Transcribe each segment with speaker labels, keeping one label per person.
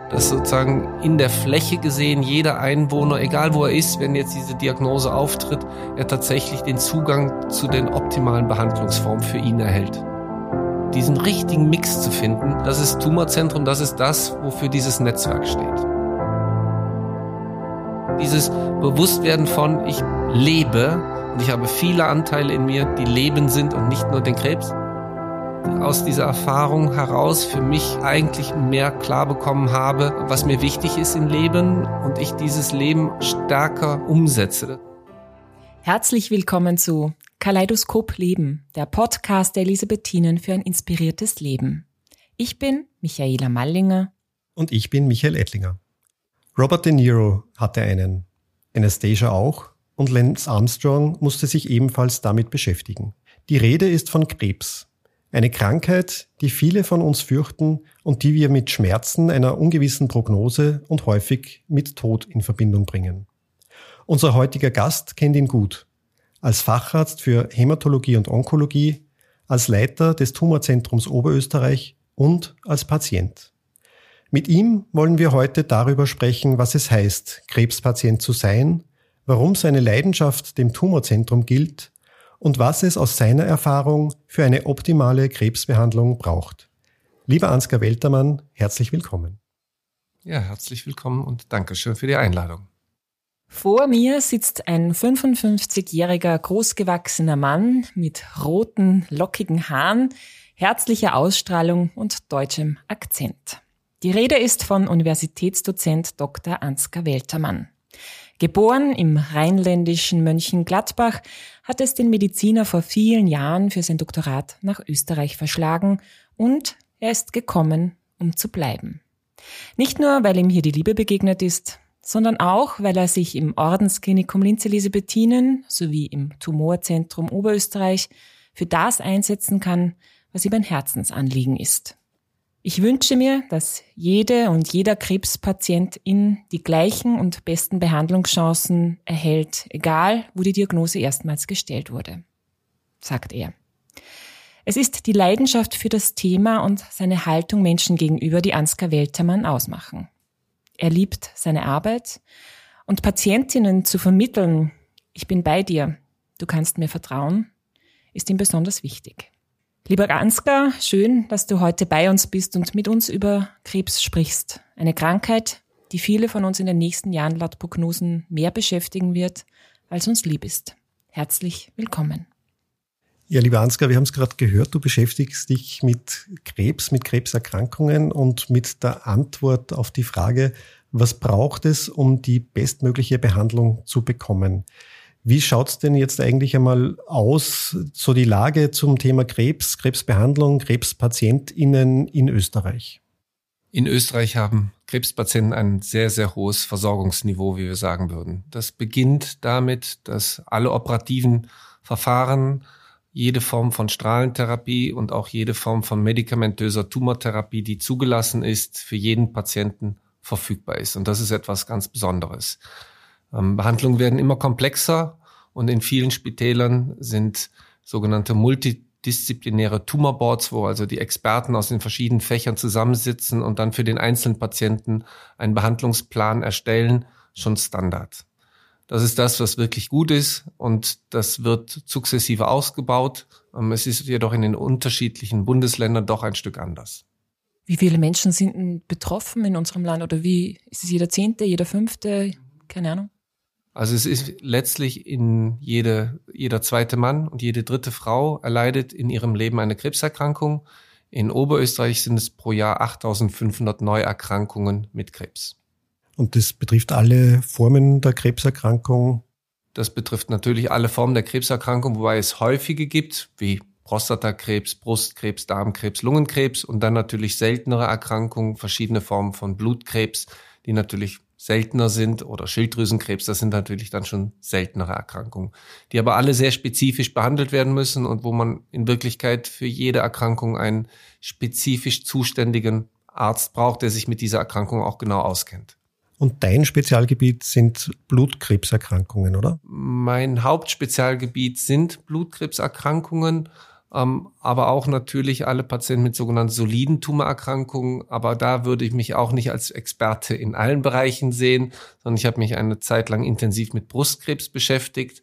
Speaker 1: dass sozusagen in der Fläche gesehen jeder Einwohner, egal wo er ist, wenn jetzt diese Diagnose auftritt, er tatsächlich den Zugang zu den optimalen Behandlungsformen für ihn erhält. Diesen richtigen Mix zu finden, das ist Tumorzentrum, das ist das, wofür dieses Netzwerk steht. Dieses Bewusstwerden von, ich lebe und ich habe viele Anteile in mir, die Leben sind und nicht nur den Krebs. Aus dieser Erfahrung heraus für mich eigentlich mehr klar bekommen habe, was mir wichtig ist im Leben und ich dieses Leben stärker umsetze.
Speaker 2: Herzlich willkommen zu Kaleidoskop Leben, der Podcast der Elisabethinen für ein inspiriertes Leben. Ich bin Michaela Mallinger.
Speaker 3: Und ich bin Michael Ettlinger. Robert De Niro hatte einen, Anastasia auch, und Lance Armstrong musste sich ebenfalls damit beschäftigen. Die Rede ist von Krebs. Eine Krankheit, die viele von uns fürchten und die wir mit Schmerzen, einer ungewissen Prognose und häufig mit Tod in Verbindung bringen. Unser heutiger Gast kennt ihn gut. Als Facharzt für Hämatologie und Onkologie, als Leiter des Tumorzentrums Oberösterreich und als Patient. Mit ihm wollen wir heute darüber sprechen, was es heißt, Krebspatient zu sein, warum seine Leidenschaft dem Tumorzentrum gilt und was es aus seiner Erfahrung für eine optimale Krebsbehandlung braucht. Lieber Ansgar Weltermann, herzlich willkommen.
Speaker 1: Ja, herzlich willkommen und Dankeschön für die Einladung.
Speaker 2: Vor mir sitzt ein 55-jähriger, großgewachsener Mann mit roten, lockigen Haaren, herzlicher Ausstrahlung und deutschem Akzent. Die Rede ist von Universitätsdozent Dr. Ansgar Weltermann. Geboren im rheinländischen Mönchengladbach, hat es den Mediziner vor vielen Jahren für sein Doktorat nach Österreich verschlagen und er ist gekommen, um zu bleiben. Nicht nur, weil ihm hier die Liebe begegnet ist, sondern auch, weil er sich im Ordensklinikum Linz Elisabethinen sowie im Tumorzentrum Oberösterreich für das einsetzen kann, was ihm ein Herzensanliegen ist. Ich wünsche mir, dass jede und jeder Krebspatientin die gleichen und besten Behandlungschancen erhält, egal wo die Diagnose erstmals gestellt wurde, sagt er. Es ist die Leidenschaft für das Thema und seine Haltung Menschen gegenüber, die Ansgar Weltermann ausmachen. Er liebt seine Arbeit und Patientinnen zu vermitteln, ich bin bei dir, du kannst mir vertrauen, ist ihm besonders wichtig. Lieber Ansgar, schön, dass du heute bei uns bist und mit uns über Krebs sprichst. Eine Krankheit, die viele von uns in den nächsten Jahren laut Prognosen mehr beschäftigen wird, als uns lieb ist. Herzlich willkommen.
Speaker 3: Ja, lieber Ansgar, wir haben es gerade gehört, du beschäftigst dich mit Krebs, mit Krebserkrankungen und mit der Antwort auf die Frage, was braucht es, um die bestmögliche Behandlung zu bekommen? Wie schaut's denn jetzt eigentlich einmal aus, so die Lage zum Thema Krebs, Krebsbehandlung, KrebspatientInnen in Österreich?
Speaker 1: In Österreich haben Krebspatienten ein sehr, sehr hohes Versorgungsniveau, wie wir sagen würden. Das beginnt damit, dass alle operativen Verfahren, jede Form von Strahlentherapie und auch jede Form von medikamentöser Tumortherapie, die zugelassen ist, für jeden Patienten verfügbar ist. Und das ist etwas ganz Besonderes. Behandlungen werden immer komplexer und in vielen Spitälern sind sogenannte multidisziplinäre Tumorboards, wo also die Experten aus den verschiedenen Fächern zusammensitzen und dann für den einzelnen Patienten einen Behandlungsplan erstellen, schon Standard. Das ist das, was wirklich gut ist und das wird sukzessive ausgebaut. Es ist jedoch in den unterschiedlichen Bundesländern doch ein Stück anders.
Speaker 2: Wie viele Menschen sind denn betroffen in unserem Land oder wie ist es jeder 10., jeder 5., keine Ahnung?
Speaker 1: Also es ist letztlich jeder zweite Mann und jede dritte Frau erleidet in ihrem Leben eine Krebserkrankung. In Oberösterreich sind es pro Jahr 8.500 Neuerkrankungen mit Krebs.
Speaker 3: Und das betrifft alle Formen der Krebserkrankung?
Speaker 1: Das betrifft natürlich alle Formen der Krebserkrankung, wobei es häufige gibt, wie Prostatakrebs, Brustkrebs, Darmkrebs, Lungenkrebs und dann natürlich seltenere Erkrankungen, verschiedene Formen von Blutkrebs, die natürlich seltener sind oder Schilddrüsenkrebs, das sind natürlich dann schon seltenere Erkrankungen, die aber alle sehr spezifisch behandelt werden müssen und wo man in Wirklichkeit für jede Erkrankung einen spezifisch zuständigen Arzt braucht, der sich mit dieser Erkrankung auch genau auskennt.
Speaker 3: Und dein Spezialgebiet sind Blutkrebserkrankungen, oder?
Speaker 1: Mein Hauptspezialgebiet sind Blutkrebserkrankungen, aber auch natürlich alle Patienten mit sogenannten soliden Tumorerkrankungen. Aber da würde ich mich auch nicht als Experte in allen Bereichen sehen, sondern ich habe mich eine Zeit lang intensiv mit Brustkrebs beschäftigt.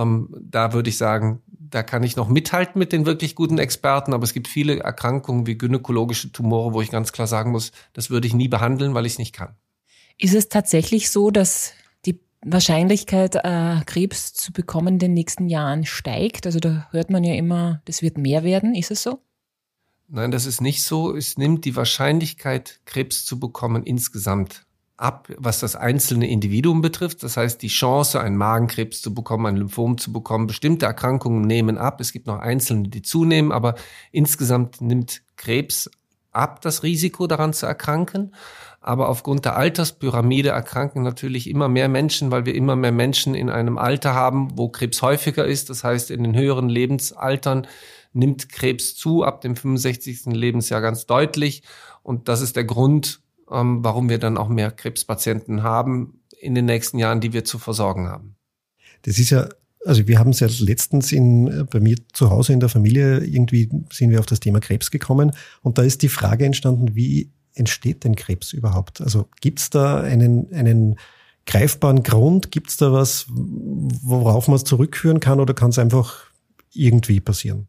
Speaker 1: Da würde ich sagen, da kann ich noch mithalten mit den wirklich guten Experten, aber es gibt viele Erkrankungen wie gynäkologische Tumore, wo ich ganz klar sagen muss, das würde ich nie behandeln, weil ich es nicht kann.
Speaker 2: Ist es tatsächlich so, dass die Wahrscheinlichkeit, Krebs zu bekommen in den nächsten Jahren steigt? Also da hört man ja immer, das wird mehr werden. Ist es so?
Speaker 1: Nein, das ist nicht so. Es nimmt die Wahrscheinlichkeit, Krebs zu bekommen, insgesamt ab, was das einzelne Individuum betrifft. Das heißt, die Chance, einen Magenkrebs zu bekommen, ein Lymphom zu bekommen, bestimmte Erkrankungen nehmen ab. Es gibt noch einzelne, die zunehmen, aber insgesamt nimmt Krebs ab, das Risiko daran zu erkranken. Aber aufgrund der Alterspyramide erkranken natürlich immer mehr Menschen, weil wir immer mehr Menschen in einem Alter haben, wo Krebs häufiger ist. Das heißt, in den höheren Lebensaltern nimmt Krebs zu, ab dem 65. Lebensjahr ganz deutlich. Und das ist der Grund, warum wir dann auch mehr Krebspatienten haben in den nächsten Jahren, die wir zu versorgen haben.
Speaker 3: Das ist ja, also wir haben es ja letztens bei mir zu Hause in der Familie, irgendwie sind wir auf das Thema Krebs gekommen und da ist die Frage entstanden, wie entsteht denn Krebs überhaupt? Also gibt's da einen greifbaren Grund? Gibt's da was, worauf man es zurückführen kann oder kann es einfach irgendwie passieren?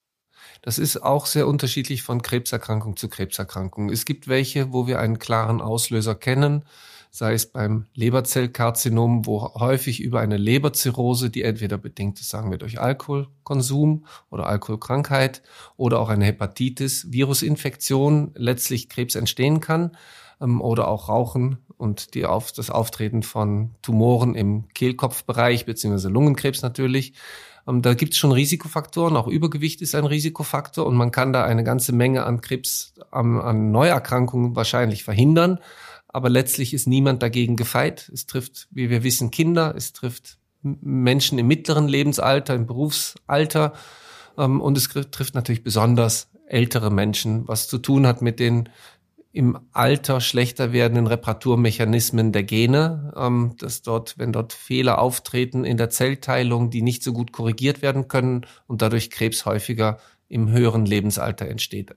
Speaker 1: Das ist auch sehr unterschiedlich von Krebserkrankung zu Krebserkrankung. Es gibt welche, wo wir einen klaren Auslöser kennen, sei es beim Leberzellkarzinom, wo häufig über eine Leberzirrhose, die entweder bedingt ist, sagen wir durch Alkoholkonsum oder Alkoholkrankheit oder auch eine Hepatitis, Virusinfektion, letztlich Krebs entstehen kann, oder auch Rauchen und das Auftreten von Tumoren im Kehlkopfbereich beziehungsweise Lungenkrebs natürlich. Da gibt es schon Risikofaktoren, auch Übergewicht ist ein Risikofaktor und man kann da eine ganze Menge an Krebs, an Neuerkrankungen wahrscheinlich verhindern. Aber letztlich ist niemand dagegen gefeit. Es trifft, wie wir wissen, Kinder, es trifft Menschen im mittleren Lebensalter, im Berufsalter und es trifft natürlich besonders ältere Menschen, was zu tun hat mit den im Alter schlechter werdenden Reparaturmechanismen der Gene, dass wenn dort Fehler auftreten in der Zellteilung, die nicht so gut korrigiert werden können und dadurch Krebs häufiger im höheren Lebensalter entsteht.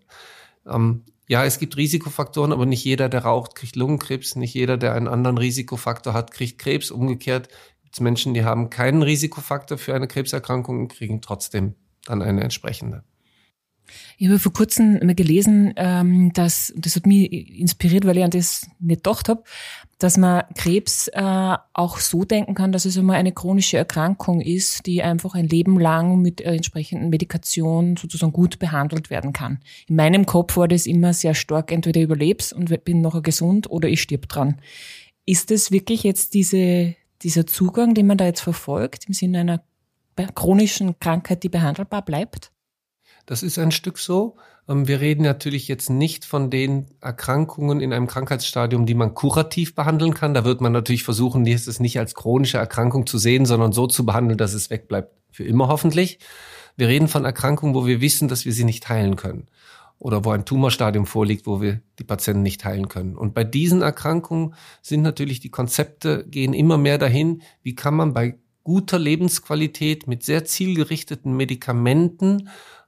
Speaker 1: Ja, es gibt Risikofaktoren, aber nicht jeder, der raucht, kriegt Lungenkrebs, nicht jeder, der einen anderen Risikofaktor hat, kriegt Krebs. Umgekehrt gibt es Menschen, die haben keinen Risikofaktor für eine Krebserkrankung und kriegen trotzdem dann eine entsprechende.
Speaker 2: Ich habe vor kurzem mal gelesen, das hat mich inspiriert, weil ich an das nicht gedacht habe, dass man Krebs auch so denken kann, dass es immer eine chronische Erkrankung ist, die einfach ein Leben lang mit entsprechenden Medikation sozusagen gut behandelt werden kann. In meinem Kopf war das immer sehr stark, entweder ich überleb's und bin nachher gesund oder ich stirb dran. Ist das wirklich jetzt dieser Zugang, den man da jetzt verfolgt, im Sinne einer chronischen Krankheit, die behandelbar bleibt?
Speaker 1: Das ist ein Stück so. Wir reden natürlich jetzt nicht von den Erkrankungen in einem Krankheitsstadium, die man kurativ behandeln kann. Da wird man natürlich versuchen, es nicht als chronische Erkrankung zu sehen, sondern so zu behandeln, dass es wegbleibt. Für immer hoffentlich. Wir reden von Erkrankungen, wo wir wissen, dass wir sie nicht heilen können. Oder wo ein Tumorstadium vorliegt, wo wir die Patienten nicht heilen können. Und bei diesen Erkrankungen sind natürlich die Konzepte, gehen immer mehr dahin, wie kann man bei guter Lebensqualität mit sehr zielgerichteten Medikamenten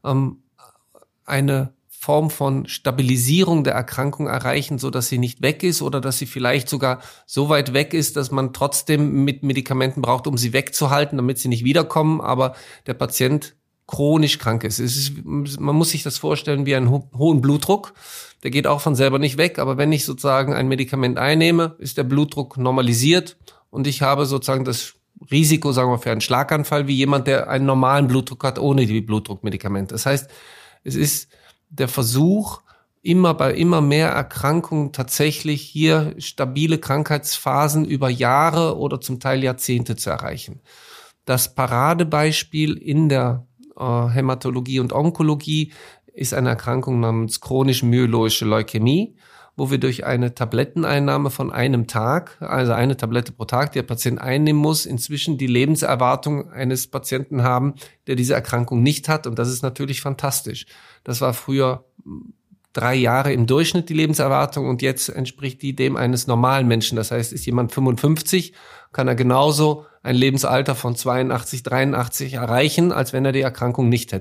Speaker 1: eine Form von Stabilisierung der Erkrankung erreichen, so dass sie nicht weg ist oder dass sie vielleicht sogar so weit weg ist, dass man trotzdem mit Medikamenten braucht, um sie wegzuhalten, damit sie nicht wiederkommen, aber der Patient chronisch krank ist. Man muss sich das vorstellen wie einen hohen Blutdruck. Der geht auch von selber nicht weg, aber wenn ich sozusagen ein Medikament einnehme, ist der Blutdruck normalisiert und ich habe sozusagen das Risiko, sagen wir, für einen Schlaganfall, wie jemand, der einen normalen Blutdruck hat, ohne die Blutdruckmedikamente. Das heißt, es ist der Versuch, bei immer mehr Erkrankungen tatsächlich hier stabile Krankheitsphasen über Jahre oder zum Teil Jahrzehnte zu erreichen. Das Paradebeispiel in der Hämatologie und Onkologie ist eine Erkrankung namens chronische myeloische Leukämie, wo wir durch eine Tabletteneinnahme von einem Tag, also eine Tablette pro Tag, die der Patient einnehmen muss, inzwischen die Lebenserwartung eines Patienten haben, der diese Erkrankung nicht hat. Und das ist natürlich fantastisch. Das war früher 3 Jahre im Durchschnitt die Lebenserwartung und jetzt entspricht die dem eines normalen Menschen. Das heißt, ist jemand 55, kann er genauso ein Lebensalter von 82, 83 erreichen, als wenn er die Erkrankung nicht hätte.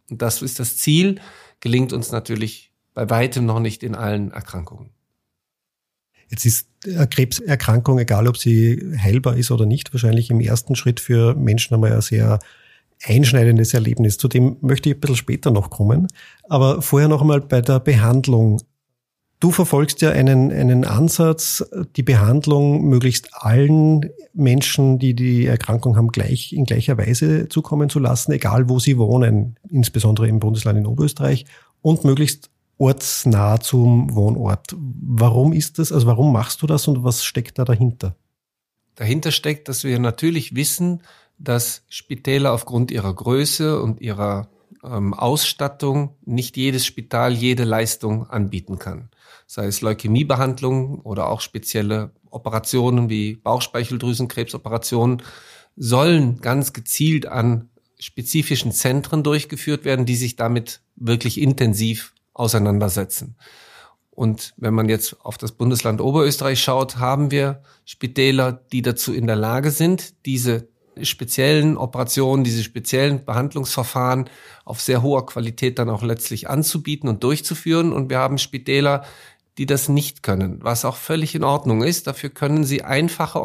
Speaker 1: Und das ist das Ziel, gelingt uns natürlich bei weitem noch nicht in allen Erkrankungen.
Speaker 3: Jetzt ist eine Krebserkrankung, egal ob sie heilbar ist oder nicht, wahrscheinlich im ersten Schritt für Menschen einmal ein sehr einschneidendes Erlebnis. Zu dem möchte ich ein bisschen später noch kommen. Aber vorher noch einmal bei der Behandlung. Du verfolgst ja einen Ansatz, die Behandlung möglichst allen Menschen, die die Erkrankung haben, in gleicher Weise zukommen zu lassen, egal wo sie wohnen, insbesondere im Bundesland in Oberösterreich, und möglichst ortsnah zum Wohnort. Warum ist das? Also warum machst du das und was steckt da dahinter?
Speaker 1: Dahinter steckt, dass wir natürlich wissen, dass Spitäler aufgrund ihrer Größe und ihrer Ausstattung nicht jedes Spital jede Leistung anbieten kann. Sei es Leukämiebehandlung oder auch spezielle Operationen wie Bauchspeicheldrüsenkrebsoperationen sollen ganz gezielt an spezifischen Zentren durchgeführt werden, die sich damit wirklich intensiv auseinandersetzen. Und wenn man jetzt auf das Bundesland Oberösterreich schaut, haben wir Spitäler, die dazu in der Lage sind, diese speziellen Operationen, diese speziellen Behandlungsverfahren auf sehr hoher Qualität dann auch letztlich anzubieten und durchzuführen. Und wir haben Spitäler, die das nicht können, was auch völlig in Ordnung ist. Dafür können sie einfache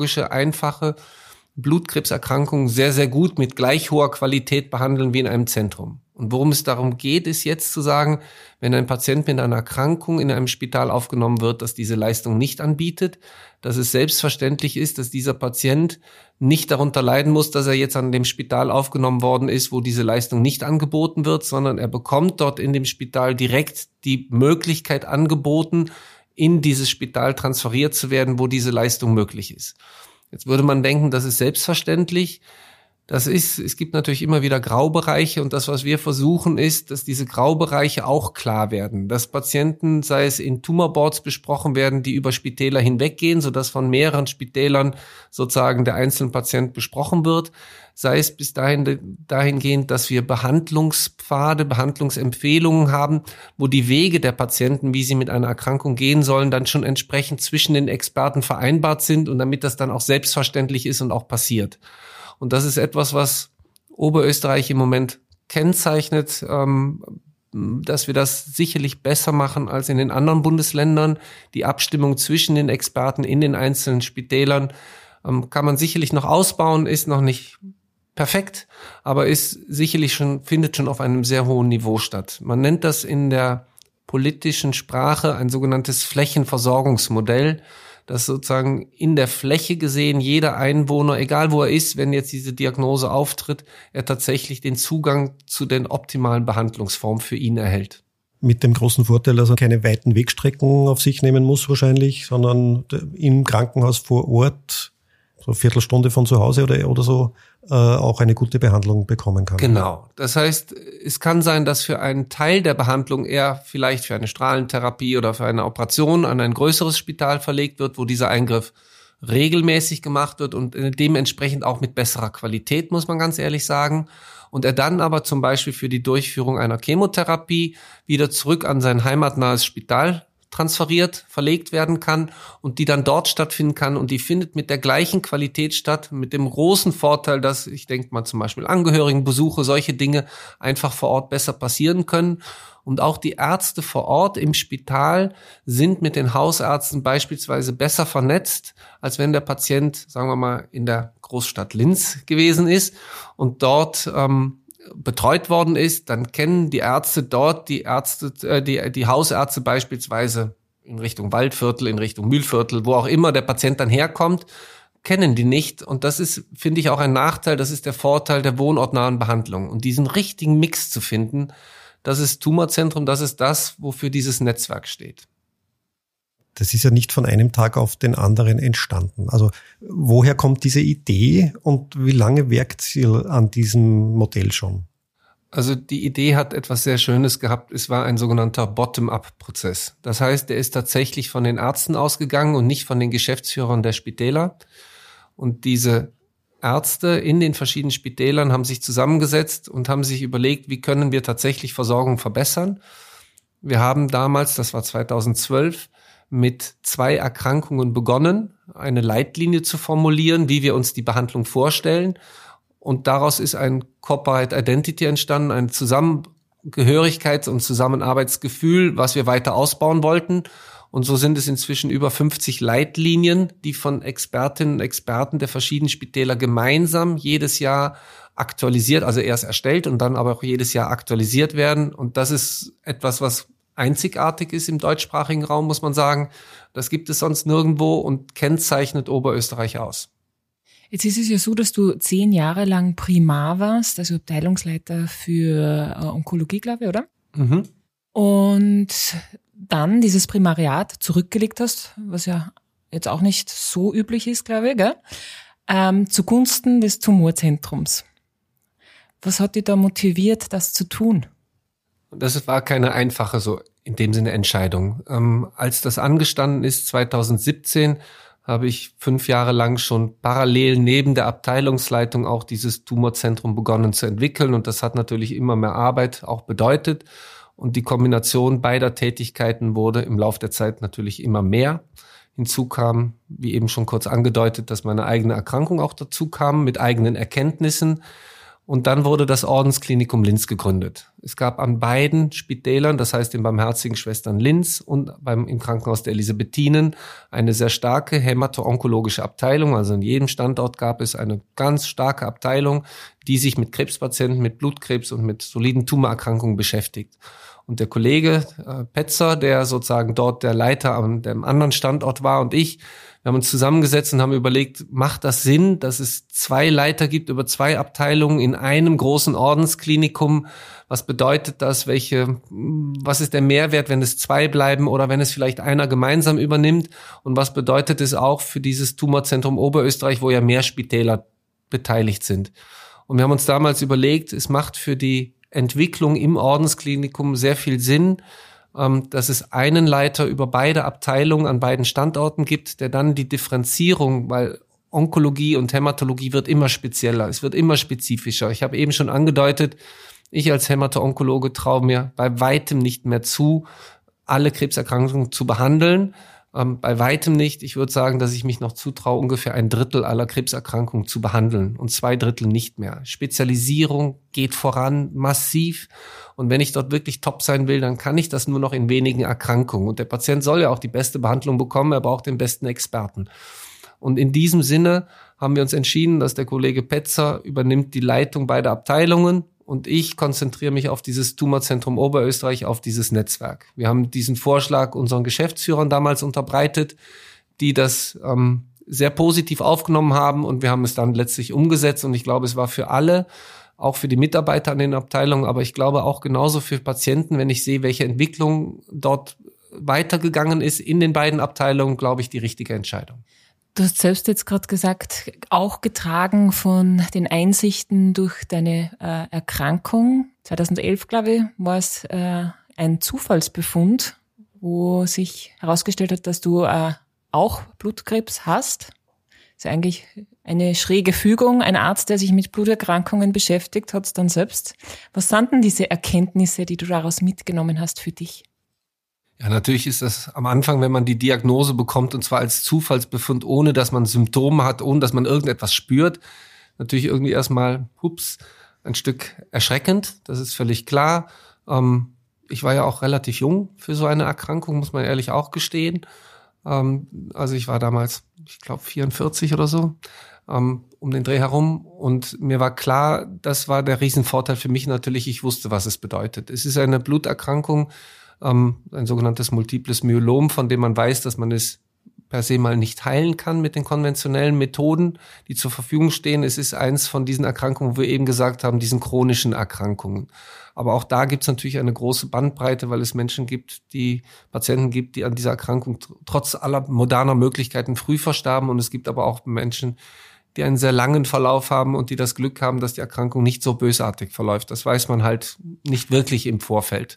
Speaker 1: Blutkrebserkrankungen sehr, sehr gut mit gleich hoher Qualität behandeln wie in einem Zentrum. Und worum es darum geht, ist jetzt zu sagen, wenn ein Patient mit einer Erkrankung in einem Spital aufgenommen wird, das diese Leistung nicht anbietet, dass es selbstverständlich ist, dass dieser Patient nicht darunter leiden muss, dass er jetzt an dem Spital aufgenommen worden ist, wo diese Leistung nicht angeboten wird, sondern er bekommt dort in dem Spital direkt die Möglichkeit angeboten, in dieses Spital transferiert zu werden, wo diese Leistung möglich ist. Jetzt würde man denken, das ist selbstverständlich. Es gibt natürlich immer wieder Graubereiche und das, was wir versuchen, ist, dass diese Graubereiche auch klar werden. Dass Patienten, sei es in Tumorboards besprochen werden, die über Spitäler hinweggehen, sodass von mehreren Spitälern sozusagen der einzelne Patient besprochen wird. Sei es bis dahingehend, dass wir Behandlungspfade, Behandlungsempfehlungen haben, wo die Wege der Patienten, wie sie mit einer Erkrankung gehen sollen, dann schon entsprechend zwischen den Experten vereinbart sind und damit das dann auch selbstverständlich ist und auch passiert. Und das ist etwas, was Oberösterreich im Moment kennzeichnet, dass wir das sicherlich besser machen als in den anderen Bundesländern. Die Abstimmung zwischen den Experten in den einzelnen Spitälern kann man sicherlich noch ausbauen, ist noch nicht perfekt, aber findet schon auf einem sehr hohen Niveau statt. Man nennt das in der politischen Sprache ein sogenanntes Flächenversorgungsmodell, dass sozusagen in der Fläche gesehen jeder Einwohner, egal wo er ist, wenn jetzt diese Diagnose auftritt, er tatsächlich den Zugang zu den optimalen Behandlungsformen für ihn erhält.
Speaker 3: Mit dem großen Vorteil, dass er keine weiten Wegstrecken auf sich nehmen muss wahrscheinlich, sondern im Krankenhaus vor Ort, so eine Viertelstunde von zu Hause oder so, auch eine gute Behandlung bekommen kann.
Speaker 1: Genau. Das heißt, es kann sein, dass für einen Teil der Behandlung er vielleicht für eine Strahlentherapie oder für eine Operation an ein größeres Spital verlegt wird, wo dieser Eingriff regelmäßig gemacht wird und dementsprechend auch mit besserer Qualität, muss man ganz ehrlich sagen. Und er dann aber zum Beispiel für die Durchführung einer Chemotherapie wieder zurück an sein heimatnahes Spital verlegt werden kann und die dann dort stattfinden kann und die findet mit der gleichen Qualität statt, mit dem großen Vorteil, dass, ich denke mal zum Beispiel Angehörigenbesuche, solche Dinge einfach vor Ort besser passieren können. Und auch die Ärzte vor Ort im Spital sind mit den Hausärzten beispielsweise besser vernetzt, als wenn der Patient, sagen wir mal, in der Großstadt Linz gewesen ist und dort betreut worden ist, dann kennen die Ärzte dort, die Hausärzte beispielsweise in Richtung Waldviertel, in Richtung Mühlviertel, wo auch immer der Patient dann herkommt, kennen die nicht. Und das ist, finde ich, auch ein Nachteil. Das ist der Vorteil der wohnortnahen Behandlung. Und diesen richtigen Mix zu finden, das ist Tumorzentrum, das ist das, wofür dieses Netzwerk steht.
Speaker 3: Das ist ja nicht von einem Tag auf den anderen entstanden. Also woher kommt diese Idee und wie lange werkt ihr an diesem Modell schon?
Speaker 1: Also die Idee hat etwas sehr Schönes gehabt. Es war ein sogenannter Bottom-up-Prozess. Das heißt, der ist tatsächlich von den Ärzten ausgegangen und nicht von den Geschäftsführern der Spitäler. Und diese Ärzte in den verschiedenen Spitälern haben sich zusammengesetzt und haben sich überlegt, wie können wir tatsächlich Versorgung verbessern. Wir haben damals, das war 2012, mit 2 Erkrankungen begonnen, eine Leitlinie zu formulieren, wie wir uns die Behandlung vorstellen. Und daraus ist ein Corporate Identity entstanden, ein Zusammengehörigkeits- und Zusammenarbeitsgefühl, was wir weiter ausbauen wollten. Und so sind es inzwischen über 50 Leitlinien, die von Expertinnen und Experten der verschiedenen Spitäler gemeinsam jedes Jahr aktualisiert, also erst erstellt und dann aber auch jedes Jahr aktualisiert werden. Und das ist etwas, was einzigartig ist im deutschsprachigen Raum, muss man sagen. Das gibt es sonst nirgendwo und kennzeichnet Oberösterreich aus.
Speaker 2: Jetzt ist es ja so, dass du 10 Jahre lang Primar warst, also Abteilungsleiter für Onkologie, glaube ich, oder?
Speaker 1: Mhm.
Speaker 2: Und dann dieses Primariat zurückgelegt hast, was ja jetzt auch nicht so üblich ist, glaube ich, gell? Zugunsten des Tumorzentrums. Was hat dich da motiviert, das zu tun?
Speaker 1: Das war keine einfache, so in dem Sinne Entscheidung. Als das angestanden ist, 2017, habe ich 5 Jahre lang schon parallel neben der Abteilungsleitung auch dieses Tumorzentrum begonnen zu entwickeln. Und das hat natürlich immer mehr Arbeit auch bedeutet. Und die Kombination beider Tätigkeiten wurde im Laufe der Zeit natürlich immer mehr. Hinzu kam, wie eben schon kurz angedeutet, dass meine eigene Erkrankung auch dazu kam, mit eigenen Erkenntnissen. Und dann wurde das Ordensklinikum Linz gegründet. Es gab an beiden Spitälern, das heißt den Barmherzigen Schwestern Linz und im Krankenhaus der Elisabethinen, eine sehr starke hämato-onkologische Abteilung. Also in jedem Standort gab es eine ganz starke Abteilung, die sich mit Krebspatienten, mit Blutkrebs und mit soliden Tumorerkrankungen beschäftigt. Und der Kollege Petzer, der sozusagen dort der Leiter an dem anderen Standort war, und ich, wir haben uns zusammengesetzt und haben überlegt, macht das Sinn, dass es 2 Leiter gibt über 2 Abteilungen in einem großen Ordensklinikum? Was bedeutet das? Was ist der Mehrwert, wenn es 2 bleiben oder wenn es vielleicht einer gemeinsam übernimmt? Und was bedeutet es auch für dieses Tumorzentrum Oberösterreich, wo ja mehr Spitäler beteiligt sind? Und wir haben uns damals überlegt, es macht für die Entwicklung im Ordensklinikum sehr viel Sinn, dass es einen Leiter über beide Abteilungen an beiden Standorten gibt, der dann die Differenzierung, weil Onkologie und Hämatologie wird immer spezieller, es wird immer spezifischer. Ich habe eben schon angedeutet, ich als Hämato-Onkologe traue mir bei weitem nicht mehr zu, alle Krebserkrankungen zu behandeln. Bei weitem nicht. Ich würde sagen, dass ich mich noch zutraue, ungefähr 1/3 aller Krebserkrankungen zu behandeln und 2/3 nicht mehr. Spezialisierung geht voran, massiv. Und wenn ich dort wirklich top sein will, dann kann ich das nur noch in wenigen Erkrankungen. Und der Patient soll ja auch die beste Behandlung bekommen, er braucht den besten Experten. Und in diesem Sinne haben wir uns entschieden, dass der Kollege Petzer übernimmt die Leitung beider Abteilungen. Und ich konzentriere mich auf dieses Tumorzentrum Oberösterreich, auf dieses Netzwerk. Wir haben diesen Vorschlag unseren Geschäftsführern damals unterbreitet, die das sehr positiv aufgenommen haben. Und wir haben es dann letztlich umgesetzt. Und ich glaube, es war für alle, auch für die Mitarbeiter an den Abteilungen, aber ich glaube auch genauso für Patienten, wenn ich sehe, welche Entwicklung dort weitergegangen ist in den beiden Abteilungen, glaube ich, die richtige Entscheidung.
Speaker 2: Du hast selbst jetzt gerade gesagt, auch getragen von den Einsichten durch deine Erkrankung. 2011, glaube ich, war es ein Zufallsbefund, wo sich herausgestellt hat, dass du auch Blutkrebs hast. Das ist eigentlich eine schräge Fügung. Ein Arzt, der sich mit Bluterkrankungen beschäftigt, hat es dann selbst. Was sind denn diese Erkenntnisse, die du daraus mitgenommen hast für dich?
Speaker 1: Ja, natürlich ist das am Anfang, wenn man die Diagnose bekommt, und zwar als Zufallsbefund, ohne dass man Symptome hat, ohne dass man irgendetwas spürt, natürlich irgendwie erstmal, ein Stück erschreckend. Das ist völlig klar. Ich war ja auch relativ jung für so eine Erkrankung, muss man ehrlich auch gestehen. Also ich war damals, ich glaube 44 oder so, um den Dreh herum. Und mir war klar, das war der Riesenvorteil für mich natürlich. Ich wusste, was es bedeutet. Es ist eine Bluterkrankung, ein sogenanntes Multiples Myelom, von dem man weiß, dass man es per se mal nicht heilen kann mit den konventionellen Methoden, die zur Verfügung stehen. Es ist eins von diesen Erkrankungen, wo wir eben gesagt haben, diesen chronischen Erkrankungen. Aber auch da gibt es natürlich eine große Bandbreite, weil es Patienten gibt, die an dieser Erkrankung trotz aller moderner Möglichkeiten früh verstarben. Und es gibt aber auch Menschen, die einen sehr langen Verlauf haben und die das Glück haben, dass die Erkrankung nicht so bösartig verläuft. Das weiß man halt nicht wirklich im Vorfeld.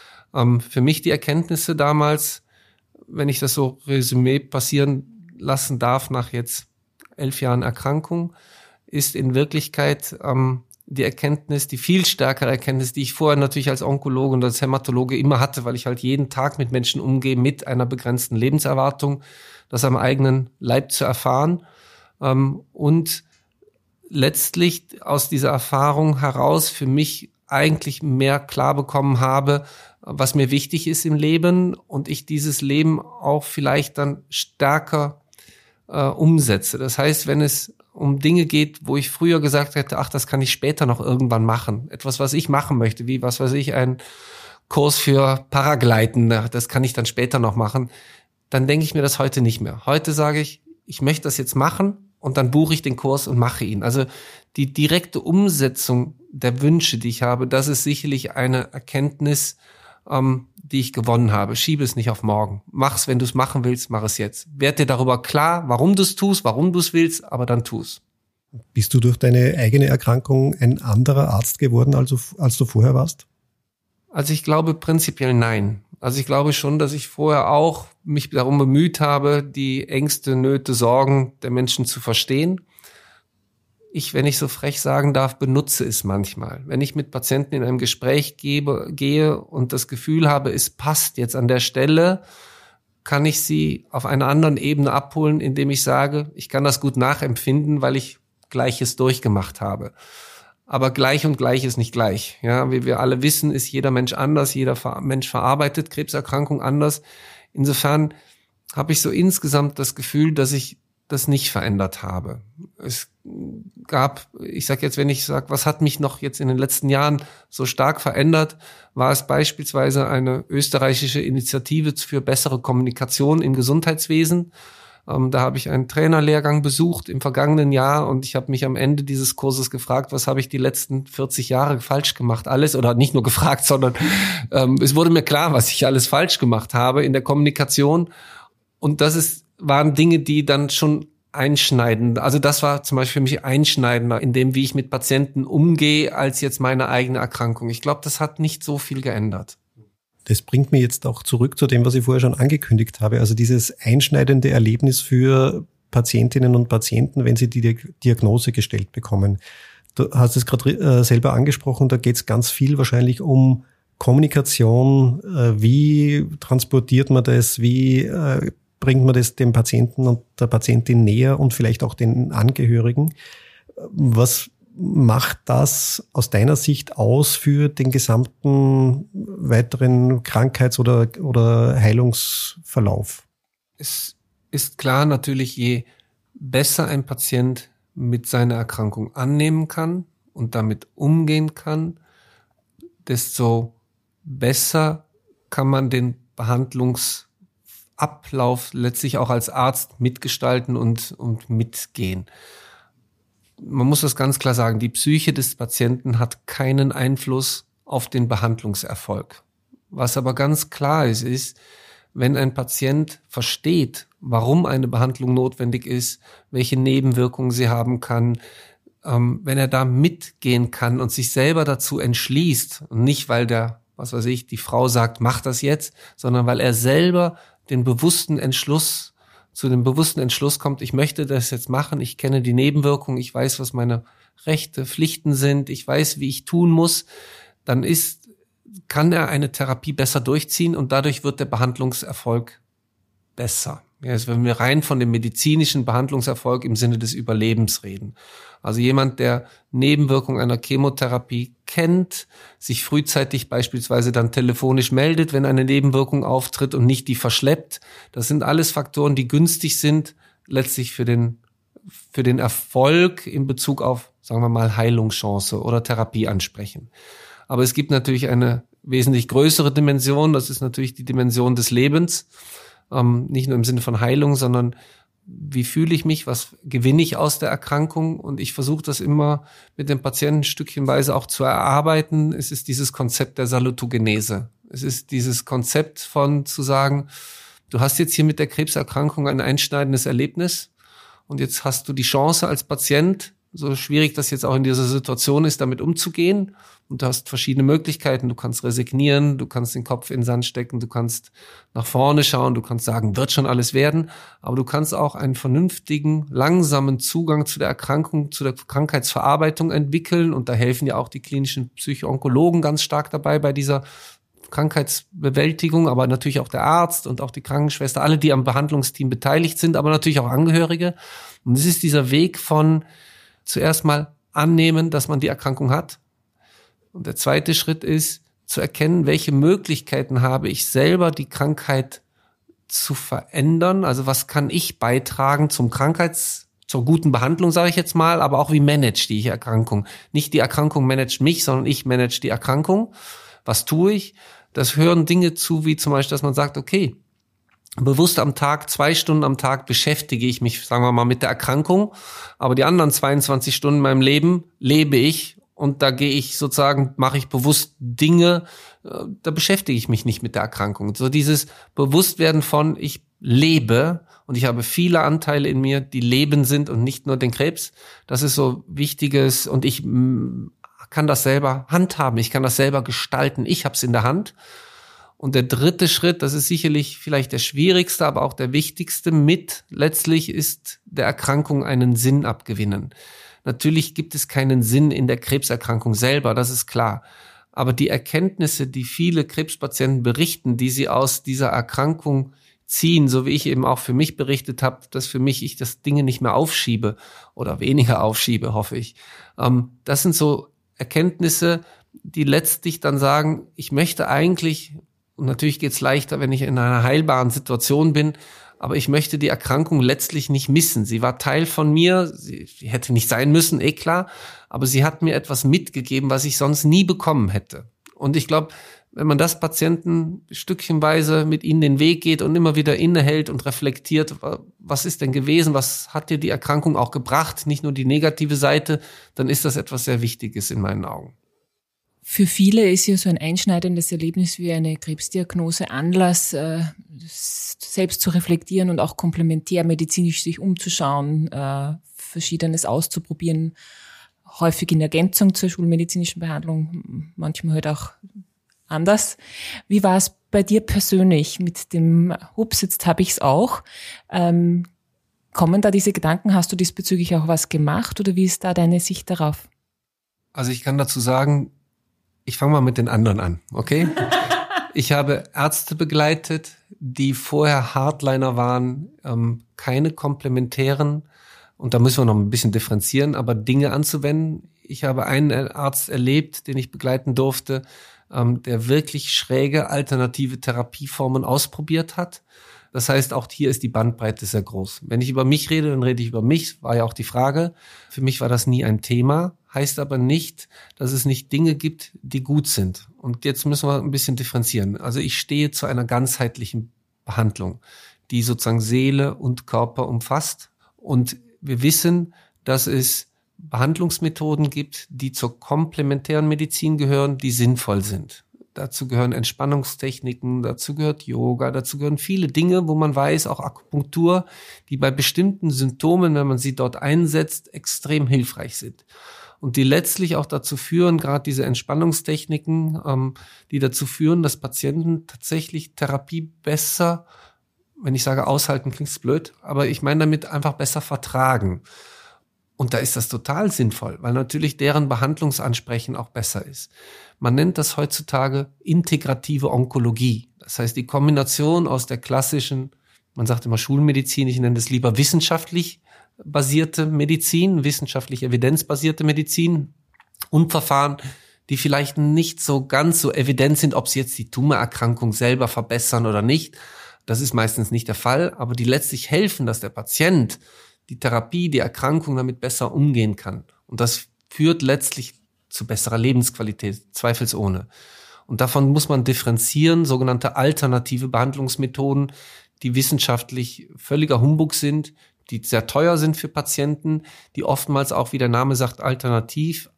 Speaker 1: Für mich die Erkenntnisse damals, wenn ich das so Resümee passieren lassen darf, nach jetzt 11 Jahren Erkrankung, ist in Wirklichkeit die Erkenntnis, die viel stärkere Erkenntnis, die ich vorher natürlich als Onkologe und als Hämatologe immer hatte, weil ich halt jeden Tag mit Menschen umgehe, mit einer begrenzten Lebenserwartung, das am eigenen Leib zu erfahren. Und letztlich aus dieser Erfahrung heraus für mich eigentlich mehr klar bekommen habe, was mir wichtig ist im Leben und ich dieses Leben auch vielleicht dann stärker umsetze. Das heißt, wenn es um Dinge geht, wo ich früher gesagt hätte, ach, das kann ich später noch irgendwann machen. Etwas, was ich machen möchte, wie, was weiß ich, ein Kurs für Paragliden, das kann ich dann später noch machen. Dann denke ich mir das heute nicht mehr. Heute sage ich, ich möchte das jetzt machen und dann buche ich den Kurs und mache ihn. Also die direkte Umsetzung der Wünsche, die ich habe, das ist sicherlich eine Erkenntnis, die ich gewonnen habe. Schiebe es nicht auf morgen. Mach's, wenn du es machen willst, mach es jetzt. Werd dir darüber klar, warum du es tust, warum du es willst, aber dann tu's.
Speaker 3: Bist du durch deine eigene Erkrankung ein anderer Arzt geworden, als du vorher warst?
Speaker 1: Also ich glaube prinzipiell nein. Also ich glaube schon, dass ich vorher auch mich darum bemüht habe, die Ängste, Nöte, Sorgen der Menschen zu verstehen. Ich, wenn ich so frech sagen darf, benutze es manchmal. Wenn ich mit Patienten in einem Gespräch gehe und das Gefühl habe, es passt jetzt an der Stelle, kann ich sie auf einer anderen Ebene abholen, indem ich sage, ich kann das gut nachempfinden, weil ich Gleiches durchgemacht habe. Aber gleich und gleich ist nicht gleich. Ja, wie wir alle wissen, ist jeder Mensch anders, jeder Mensch verarbeitet Krebserkrankung anders. Insofern habe ich so insgesamt das Gefühl, dass ich das nicht verändert habe. Es gab, ich sage jetzt, wenn ich sage, was hat mich noch jetzt in den letzten Jahren so stark verändert, war es beispielsweise eine österreichische Initiative für bessere Kommunikation im Gesundheitswesen. Da habe ich einen Trainerlehrgang besucht im vergangenen Jahr und ich habe mich am Ende dieses Kurses gefragt, was habe ich die letzten 40 Jahre falsch gemacht? Alles, oder nicht nur gefragt, sondern es wurde mir klar, was ich alles falsch gemacht habe in der Kommunikation. Und waren Dinge, die dann schon einschneiden. Also das war zum Beispiel für mich einschneidender in dem, wie ich mit Patienten umgehe, als jetzt meine eigene Erkrankung. Ich glaube, das hat nicht so viel geändert.
Speaker 3: Das bringt mir jetzt auch zurück zu dem, was ich vorher schon angekündigt habe. Also dieses einschneidende Erlebnis für Patientinnen und Patienten, wenn sie die Diagnose gestellt bekommen. Du hast es gerade selber angesprochen, da geht es ganz viel wahrscheinlich um Kommunikation. Wie transportiert man das? Wie bringt man das dem Patienten und der Patientin näher und vielleicht auch den Angehörigen? Was macht das aus deiner Sicht aus für den gesamten weiteren Krankheits- oder Heilungsverlauf?
Speaker 1: Es ist klar, natürlich, je besser ein Patient mit seiner Erkrankung annehmen kann und damit umgehen kann, desto besser kann man den Behandlungsablauf letztlich auch als Arzt mitgestalten und mitgehen. Man muss das ganz klar sagen, die Psyche des Patienten hat keinen Einfluss auf den Behandlungserfolg. Was aber ganz klar ist, wenn ein Patient versteht, warum eine Behandlung notwendig ist, welche Nebenwirkungen sie haben kann, wenn er da mitgehen kann und sich selber dazu entschließt, und nicht weil die Frau sagt, mach das jetzt, sondern weil er selber zu dem bewussten Entschluss kommt, ich möchte das jetzt machen, ich kenne die Nebenwirkungen, ich weiß, was meine Rechte, Pflichten sind, ich weiß, wie ich tun muss, dann kann er eine Therapie besser durchziehen und dadurch wird der Behandlungserfolg besser. Ja, also wenn wir rein von dem medizinischen Behandlungserfolg im Sinne des Überlebens reden. Also jemand, der Nebenwirkungen einer Chemotherapie kennt, sich frühzeitig beispielsweise dann telefonisch meldet, wenn eine Nebenwirkung auftritt und nicht die verschleppt. Das sind alles Faktoren, die günstig sind, letztlich für den Erfolg in Bezug auf, sagen wir mal, Heilungschance oder Therapie ansprechen. Aber es gibt natürlich eine wesentlich größere Dimension, das ist natürlich die Dimension des Lebens. Nicht nur im Sinne von Heilung, sondern wie fühle ich mich, was gewinne ich aus der Erkrankung? Und ich versuche das immer mit dem Patienten stückchenweise auch zu erarbeiten. Es ist dieses Konzept der Salutogenese. Es ist dieses Konzept von zu sagen, du hast jetzt hier mit der Krebserkrankung ein einschneidendes Erlebnis und jetzt hast du die Chance als Patient, so schwierig das jetzt auch in dieser Situation ist, damit umzugehen. Und du hast verschiedene Möglichkeiten. Du kannst resignieren, du kannst den Kopf in den Sand stecken, du kannst nach vorne schauen, du kannst sagen, wird schon alles werden. Aber du kannst auch einen vernünftigen, langsamen Zugang zu der Erkrankung, zu der Krankheitsverarbeitung entwickeln. Und da helfen ja auch die klinischen Psycho-Onkologen ganz stark dabei bei dieser Krankheitsbewältigung, aber natürlich auch der Arzt und auch die Krankenschwester, alle, die am Behandlungsteam beteiligt sind, aber natürlich auch Angehörige. Und es ist dieser Weg von zuerst mal annehmen, dass man die Erkrankung hat. Und der zweite Schritt ist, zu erkennen, welche Möglichkeiten habe ich selber, die Krankheit zu verändern. Also was kann ich beitragen zur guten Behandlung, sage ich jetzt mal, aber auch wie manage die Erkrankung. Nicht die Erkrankung managt mich, sondern ich manage die Erkrankung. Was tue ich? Das hören Dinge zu, wie zum Beispiel, dass man sagt, okay, bewusst am Tag, 2 Stunden am Tag beschäftige ich mich, sagen wir mal, mit der Erkrankung, aber die anderen 22 Stunden in meinem Leben lebe ich. Und da gehe ich sozusagen, mache ich bewusst Dinge, da beschäftige ich mich nicht mit der Erkrankung. So dieses Bewusstwerden von, ich lebe und ich habe viele Anteile in mir, die Leben sind und nicht nur den Krebs. Das ist so Wichtiges und ich kann das selber handhaben, ich kann das selber gestalten, ich habe es in der Hand. Und der dritte Schritt, das ist sicherlich vielleicht der schwierigste, aber auch der wichtigste letztlich ist der Erkrankung einen Sinn abgewinnen. Natürlich gibt es keinen Sinn in der Krebserkrankung selber, das ist klar. Aber die Erkenntnisse, die viele Krebspatienten berichten, die sie aus dieser Erkrankung ziehen, so wie ich eben auch für mich berichtet habe, dass für mich ich das Dinge nicht mehr aufschiebe oder weniger aufschiebe, hoffe ich. Das sind so Erkenntnisse, die letztlich dann sagen, ich möchte eigentlich, und natürlich geht's leichter, wenn ich in einer heilbaren Situation bin, aber ich möchte die Erkrankung letztlich nicht missen. Sie war Teil von mir, sie hätte nicht sein müssen, klar, aber sie hat mir etwas mitgegeben, was ich sonst nie bekommen hätte. Und ich glaube, wenn man das Patienten stückchenweise mit ihnen den Weg geht und immer wieder innehält und reflektiert, was ist denn gewesen, was hat dir die Erkrankung auch gebracht, nicht nur die negative Seite, dann ist das etwas sehr Wichtiges in meinen Augen.
Speaker 2: Für viele ist ja so ein einschneidendes Erlebnis wie eine Krebsdiagnose Anlass, selbst zu reflektieren und auch komplementärmedizinisch sich umzuschauen, Verschiedenes auszuprobieren, häufig in Ergänzung zur schulmedizinischen Behandlung, manchmal halt auch anders. Wie war es bei dir persönlich mit dem Hups, jetzt habe ich es auch? Kommen da diese Gedanken? Hast du diesbezüglich auch was gemacht oder wie ist da deine Sicht darauf?
Speaker 1: Also ich kann dazu sagen, ich fange mal mit den anderen an, okay? Ich habe Ärzte begleitet, die vorher Hardliner waren, keine komplementären, und da müssen wir noch ein bisschen differenzieren, aber Dinge anzuwenden. Ich habe einen Arzt erlebt, den ich begleiten durfte, der wirklich schräge alternative Therapieformen ausprobiert hat. Das heißt, auch hier ist die Bandbreite sehr groß. Wenn ich über mich rede, dann rede ich über mich, war ja auch die Frage. Für mich war das nie ein Thema, heißt aber nicht, dass es nicht Dinge gibt, die gut sind. Und jetzt müssen wir ein bisschen differenzieren. Also ich stehe zu einer ganzheitlichen Behandlung, die sozusagen Seele und Körper umfasst. Und wir wissen, dass es Behandlungsmethoden gibt, die zur komplementären Medizin gehören, die sinnvoll sind. Dazu gehören Entspannungstechniken, dazu gehört Yoga, dazu gehören viele Dinge, wo man weiß, auch Akupunktur, die bei bestimmten Symptomen, wenn man sie dort einsetzt, extrem hilfreich sind. Und die letztlich auch dazu führen, gerade diese Entspannungstechniken, die dazu führen, dass Patienten tatsächlich Therapie besser, wenn ich sage aushalten, klingt es blöd, aber ich meine damit einfach besser vertragen. Und da ist das total sinnvoll, weil natürlich deren Behandlungsansprechen auch besser ist. Man nennt das heutzutage integrative Onkologie. Das heißt, die Kombination aus der klassischen, man sagt immer Schulmedizin, ich nenne das lieber wissenschaftlich basierte Medizin, wissenschaftlich evidenzbasierte Medizin und Verfahren, die vielleicht nicht so ganz so evident sind, ob sie jetzt die Tumorerkrankung selber verbessern oder nicht. Das ist meistens nicht der Fall, aber die letztlich helfen, dass der Patient die Therapie, die Erkrankung damit besser umgehen kann. Und das führt letztlich zu besserer Lebensqualität, zweifelsohne. Und davon muss man differenzieren, sogenannte alternative Behandlungsmethoden, die wissenschaftlich völliger Humbug sind, die sehr teuer sind für Patienten, die oftmals auch, wie der Name sagt, alternativ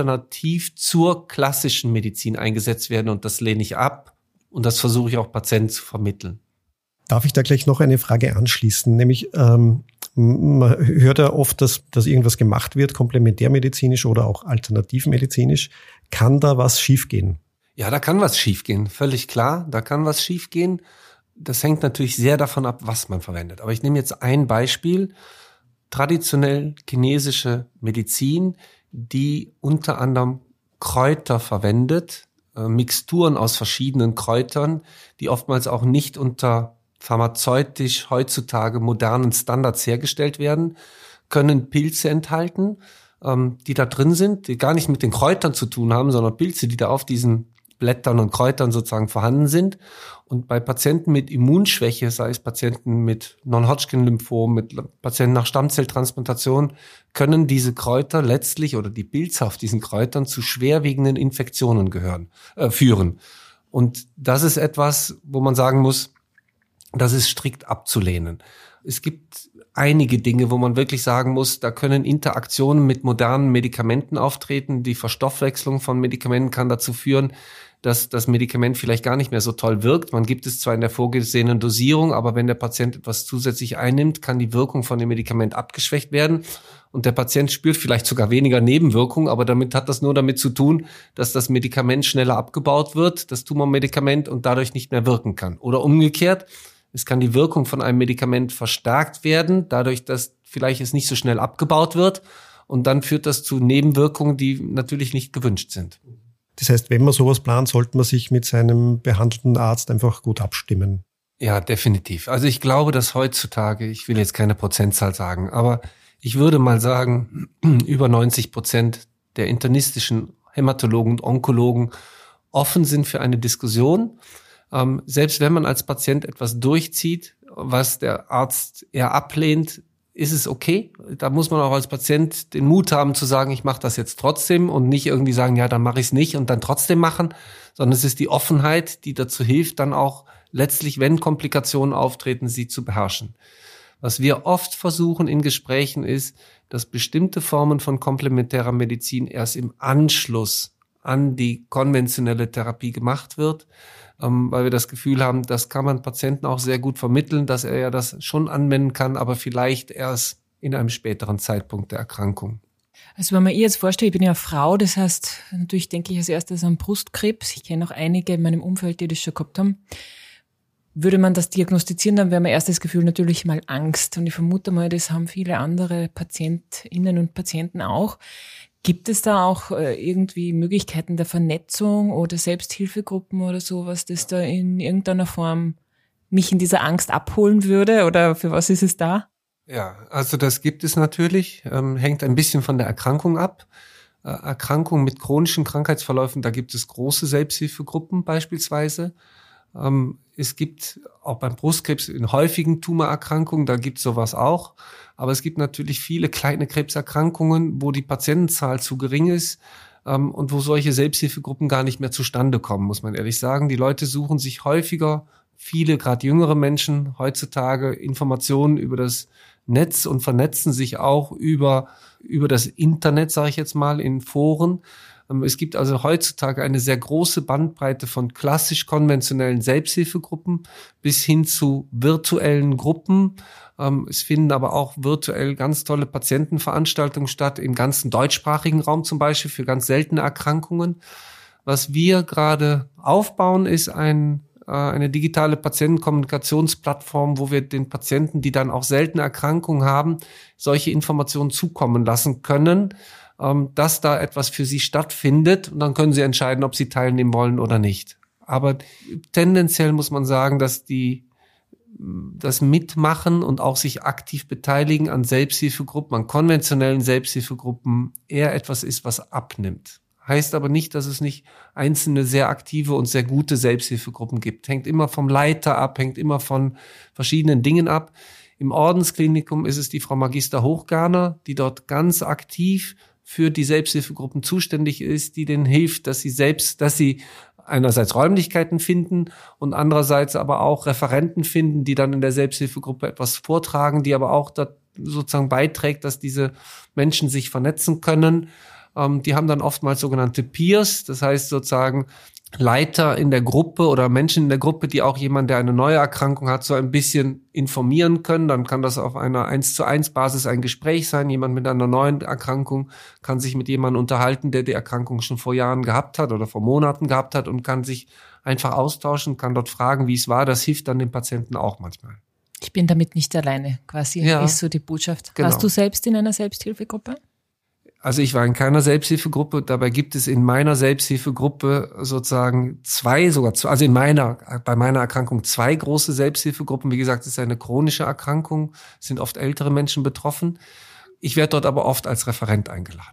Speaker 1: zur klassischen Medizin eingesetzt werden. Und das lehne ich ab. Und das versuche ich auch Patienten zu vermitteln.
Speaker 3: Darf ich da gleich noch eine Frage anschließen? Nämlich, man hört ja oft, dass irgendwas gemacht wird, komplementärmedizinisch oder auch alternativmedizinisch. Kann da was schiefgehen?
Speaker 1: Ja, da kann was schiefgehen, völlig klar. Da kann was schiefgehen. Das hängt natürlich sehr davon ab, was man verwendet. Aber ich nehme jetzt ein Beispiel. Traditionell chinesische Medizin, die unter anderem Kräuter verwendet, Mixturen aus verschiedenen Kräutern, die oftmals auch nicht unter pharmazeutisch heutzutage modernen Standards hergestellt werden, können Pilze enthalten, die da drin sind, die gar nicht mit den Kräutern zu tun haben, sondern Pilze, die da auf diesen Blättern und Kräutern sozusagen vorhanden sind. Und bei Patienten mit Immunschwäche, sei es Patienten mit Non-Hodgkin-Lymphom, mit Patienten nach Stammzelltransplantation, können diese Kräuter letztlich oder die Pilze auf diesen Kräutern zu schwerwiegenden Infektionen führen. Und das ist etwas, wo man sagen muss, das ist strikt abzulehnen. Es gibt einige Dinge, wo man wirklich sagen muss, da können Interaktionen mit modernen Medikamenten auftreten. Die Verstoffwechslung von Medikamenten kann dazu führen, dass das Medikament vielleicht gar nicht mehr so toll wirkt. Man gibt es zwar in der vorgesehenen Dosierung, aber wenn der Patient etwas zusätzlich einnimmt, kann die Wirkung von dem Medikament abgeschwächt werden. Und der Patient spürt vielleicht sogar weniger Nebenwirkungen, aber damit hat das nur damit zu tun, dass das Medikament schneller abgebaut wird, das Tumormedikament, und dadurch nicht mehr wirken kann. Oder umgekehrt, es kann die Wirkung von einem Medikament verstärkt werden, dadurch, dass vielleicht es nicht so schnell abgebaut wird. Und dann führt das zu Nebenwirkungen, die natürlich nicht gewünscht sind.
Speaker 3: Das heißt, wenn man sowas plant, sollte man sich mit seinem behandelnden Arzt einfach gut abstimmen.
Speaker 1: Ja, definitiv. Also ich glaube, dass heutzutage, ich will jetzt keine Prozentzahl sagen, aber ich würde mal sagen, über 90% der internistischen Hämatologen und Onkologen offen sind für eine Diskussion. Selbst wenn man als Patient etwas durchzieht, was der Arzt eher ablehnt, ist es okay. Da muss man auch als Patient den Mut haben zu sagen, ich mache das jetzt trotzdem und nicht irgendwie sagen, ja, dann mache ich es nicht und dann trotzdem machen, sondern es ist die Offenheit, die dazu hilft, dann auch letztlich, wenn Komplikationen auftreten, sie zu beherrschen. Was wir oft versuchen in Gesprächen ist, dass bestimmte Formen von komplementärer Medizin erst im Anschluss an die konventionelle Therapie gemacht wird, weil wir das Gefühl haben, das kann man Patienten auch sehr gut vermitteln, dass er ja das schon anwenden kann, aber vielleicht erst in einem späteren Zeitpunkt der Erkrankung.
Speaker 2: Also wenn man ihr jetzt vorstellt, ich bin ja eine Frau, das heißt, natürlich denke ich als erstes an Brustkrebs. Ich kenne auch einige in meinem Umfeld, die das schon gehabt haben. Würde man das diagnostizieren, dann wäre mein erstes Gefühl natürlich mal Angst. Und ich vermute mal, das haben viele andere PatientInnen und Patienten auch. Gibt es da auch irgendwie Möglichkeiten der Vernetzung oder Selbsthilfegruppen oder sowas, das da in irgendeiner Form mich in dieser Angst abholen würde? Oder für was ist es da?
Speaker 1: Ja, also das gibt es natürlich, hängt ein bisschen von der Erkrankung ab. Erkrankungen mit chronischen Krankheitsverläufen, da gibt es große Selbsthilfegruppen beispielsweise. Es gibt auch beim Brustkrebs in häufigen Tumorerkrankungen, da gibt es sowas auch. Aber es gibt natürlich viele kleine Krebserkrankungen, wo die Patientenzahl zu gering ist und wo solche Selbsthilfegruppen gar nicht mehr zustande kommen, muss man ehrlich sagen. Die Leute suchen sich häufiger, viele, gerade jüngere Menschen, heutzutage Informationen über das Netz und vernetzen sich auch über das Internet, sage ich jetzt mal, in Foren. Es gibt also heutzutage eine sehr große Bandbreite von klassisch konventionellen Selbsthilfegruppen bis hin zu virtuellen Gruppen. Es finden aber auch virtuell ganz tolle Patientenveranstaltungen statt, im ganzen deutschsprachigen Raum zum Beispiel für ganz seltene Erkrankungen. Was wir gerade aufbauen, ist eine digitale Patientenkommunikationsplattform, wo wir den Patienten, die dann auch seltene Erkrankungen haben, solche Informationen zukommen lassen können, dass da etwas für sie stattfindet, und dann können sie entscheiden, ob sie teilnehmen wollen oder nicht. Aber tendenziell muss man sagen, dass das Mitmachen und auch sich aktiv beteiligen an Selbsthilfegruppen, an konventionellen Selbsthilfegruppen eher etwas ist, was abnimmt. Heißt aber nicht, dass es nicht einzelne sehr aktive und sehr gute Selbsthilfegruppen gibt. Hängt immer vom Leiter ab, hängt immer von verschiedenen Dingen ab. Im Ordensklinikum ist es die Frau Magister Hochgarner, die dort ganz aktiv für die Selbsthilfegruppen zuständig ist, die denen hilft, dass sie einerseits Räumlichkeiten finden und andererseits aber auch Referenten finden, die dann in der Selbsthilfegruppe etwas vortragen, die aber auch sozusagen beiträgt, dass diese Menschen sich vernetzen können. Die haben dann oftmals sogenannte Peers, das heißt sozusagen Leiter in der Gruppe oder Menschen in der Gruppe, die auch jemand, der eine neue Erkrankung hat, so ein bisschen informieren können. Dann kann das auf einer 1:1 Basis ein Gespräch sein. Jemand mit einer neuen Erkrankung kann sich mit jemandem unterhalten, der die Erkrankung schon vor Jahren gehabt hat oder vor Monaten gehabt hat und kann sich einfach austauschen, kann dort fragen, wie es war. Das hilft dann dem Patienten auch manchmal.
Speaker 2: Ich bin damit nicht alleine, quasi, ja, ist so die Botschaft. Genau. Warst du selbst in einer Selbsthilfegruppe?
Speaker 1: Also ich war in keiner Selbsthilfegruppe, dabei gibt es in meiner Selbsthilfegruppe sozusagen bei meiner Erkrankung 2 große Selbsthilfegruppen. Wie gesagt, es ist eine chronische Erkrankung, es sind oft ältere Menschen betroffen. Ich werde dort aber oft als Referent eingeladen.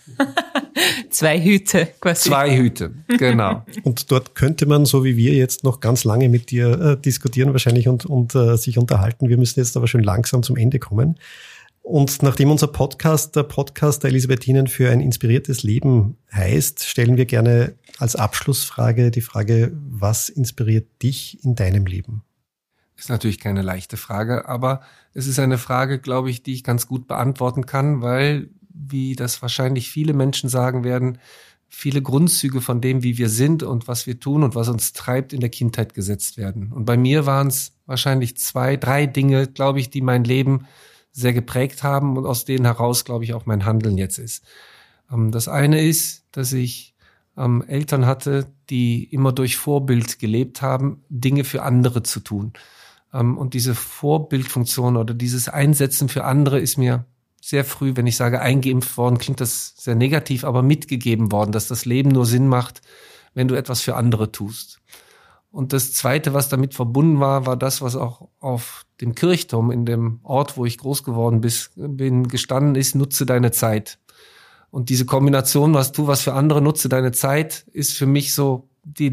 Speaker 2: 2 Hüte quasi.
Speaker 1: 2 Hüte, genau.
Speaker 3: Und dort könnte man, so wie wir jetzt, noch ganz lange mit dir diskutieren wahrscheinlich und sich unterhalten. Wir müssen jetzt aber schon langsam zum Ende kommen. Und nachdem unser Podcast der Podcast der Elisabethinen für ein inspiriertes Leben heißt, stellen wir gerne als Abschlussfrage die Frage, was inspiriert dich in deinem Leben?
Speaker 1: Ist natürlich keine leichte Frage, aber es ist eine Frage, glaube ich, die ich ganz gut beantworten kann, weil, wie das wahrscheinlich viele Menschen sagen werden, viele Grundzüge von dem, wie wir sind und was wir tun und was uns treibt, in der Kindheit gesetzt werden. Und bei mir waren es wahrscheinlich 2, 3 Dinge, glaube ich, die mein Leben sehr geprägt haben und aus denen heraus, glaube ich, auch mein Handeln jetzt ist. Das eine ist, dass ich Eltern hatte, die immer durch Vorbild gelebt haben, Dinge für andere zu tun. Und diese Vorbildfunktion oder dieses Einsetzen für andere ist mir sehr früh, wenn ich sage eingeimpft worden, klingt das sehr negativ, aber mitgegeben worden, dass das Leben nur Sinn macht, wenn du etwas für andere tust. Und das Zweite, was damit verbunden war, war das, was auch auf dem Kirchturm in dem Ort, wo ich groß geworden bin, gestanden ist, nutze deine Zeit. Und diese Kombination, was tu was für andere, nutze deine Zeit, ist für mich so die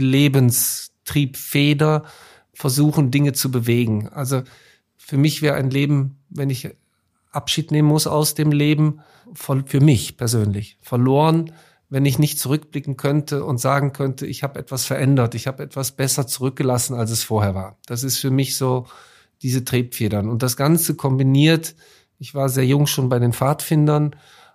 Speaker 1: Lebenstriebfeder, versuchen, Dinge zu bewegen. Also für mich wäre ein Leben, wenn ich Abschied nehmen muss aus dem Leben, für mich persönlich verloren, wenn ich nicht zurückblicken könnte und sagen könnte, ich habe etwas verändert, ich habe etwas besser zurückgelassen, als es vorher war. Das ist für mich so diese Triebfedern. Und das Ganze kombiniert, ich war sehr jung schon bei den Pfadfindern,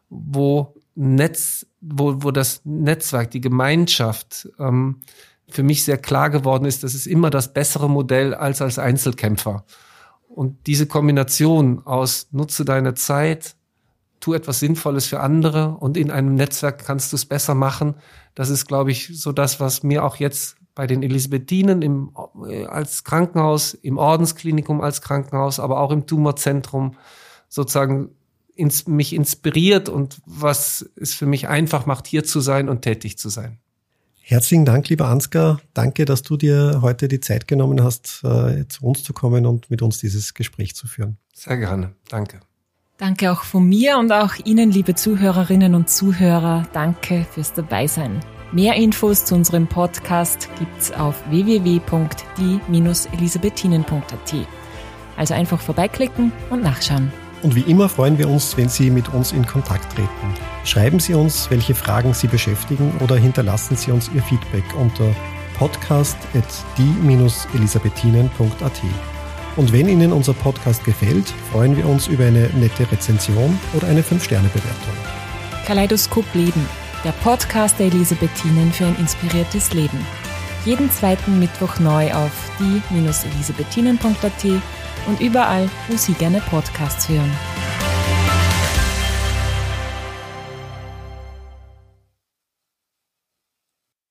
Speaker 1: wo das Netzwerk, die Gemeinschaft für mich sehr klar geworden ist, das ist immer das bessere Modell als Einzelkämpfer. Und diese Kombination aus nutze deine Zeit, tu etwas Sinnvolles für andere und in einem Netzwerk kannst du es besser machen. Das ist, glaube ich, so das, was mir auch jetzt bei den Elisabethinen als Krankenhaus, im Ordensklinikum als Krankenhaus, aber auch im Tumorzentrum sozusagen mich inspiriert und was es für mich einfach macht, hier zu sein und tätig zu sein.
Speaker 3: Herzlichen Dank, lieber Ansgar. Danke, dass du dir heute die Zeit genommen hast, zu uns zu kommen und mit uns dieses Gespräch zu führen.
Speaker 1: Sehr gerne. Danke.
Speaker 2: Danke auch von mir und auch Ihnen, liebe Zuhörerinnen und Zuhörer. Danke fürs Dabeisein. Mehr Infos zu unserem Podcast gibt's auf www.die-elisabethinen.at. Also einfach vorbeiklicken und nachschauen.
Speaker 3: Und wie immer freuen wir uns, wenn Sie mit uns in Kontakt treten. Schreiben Sie uns, welche Fragen Sie beschäftigen oder hinterlassen Sie uns Ihr Feedback unter podcast@die-elisabethinen.at. Und wenn Ihnen unser Podcast gefällt, freuen wir uns über eine nette Rezension oder eine 5-Sterne-Bewertung.
Speaker 2: Kaleidoskop Leben, der Podcast der Elisabethinen für ein inspiriertes Leben. Jeden 2. Mittwoch neu auf die-elisabethinen.at und überall, wo Sie gerne Podcasts hören.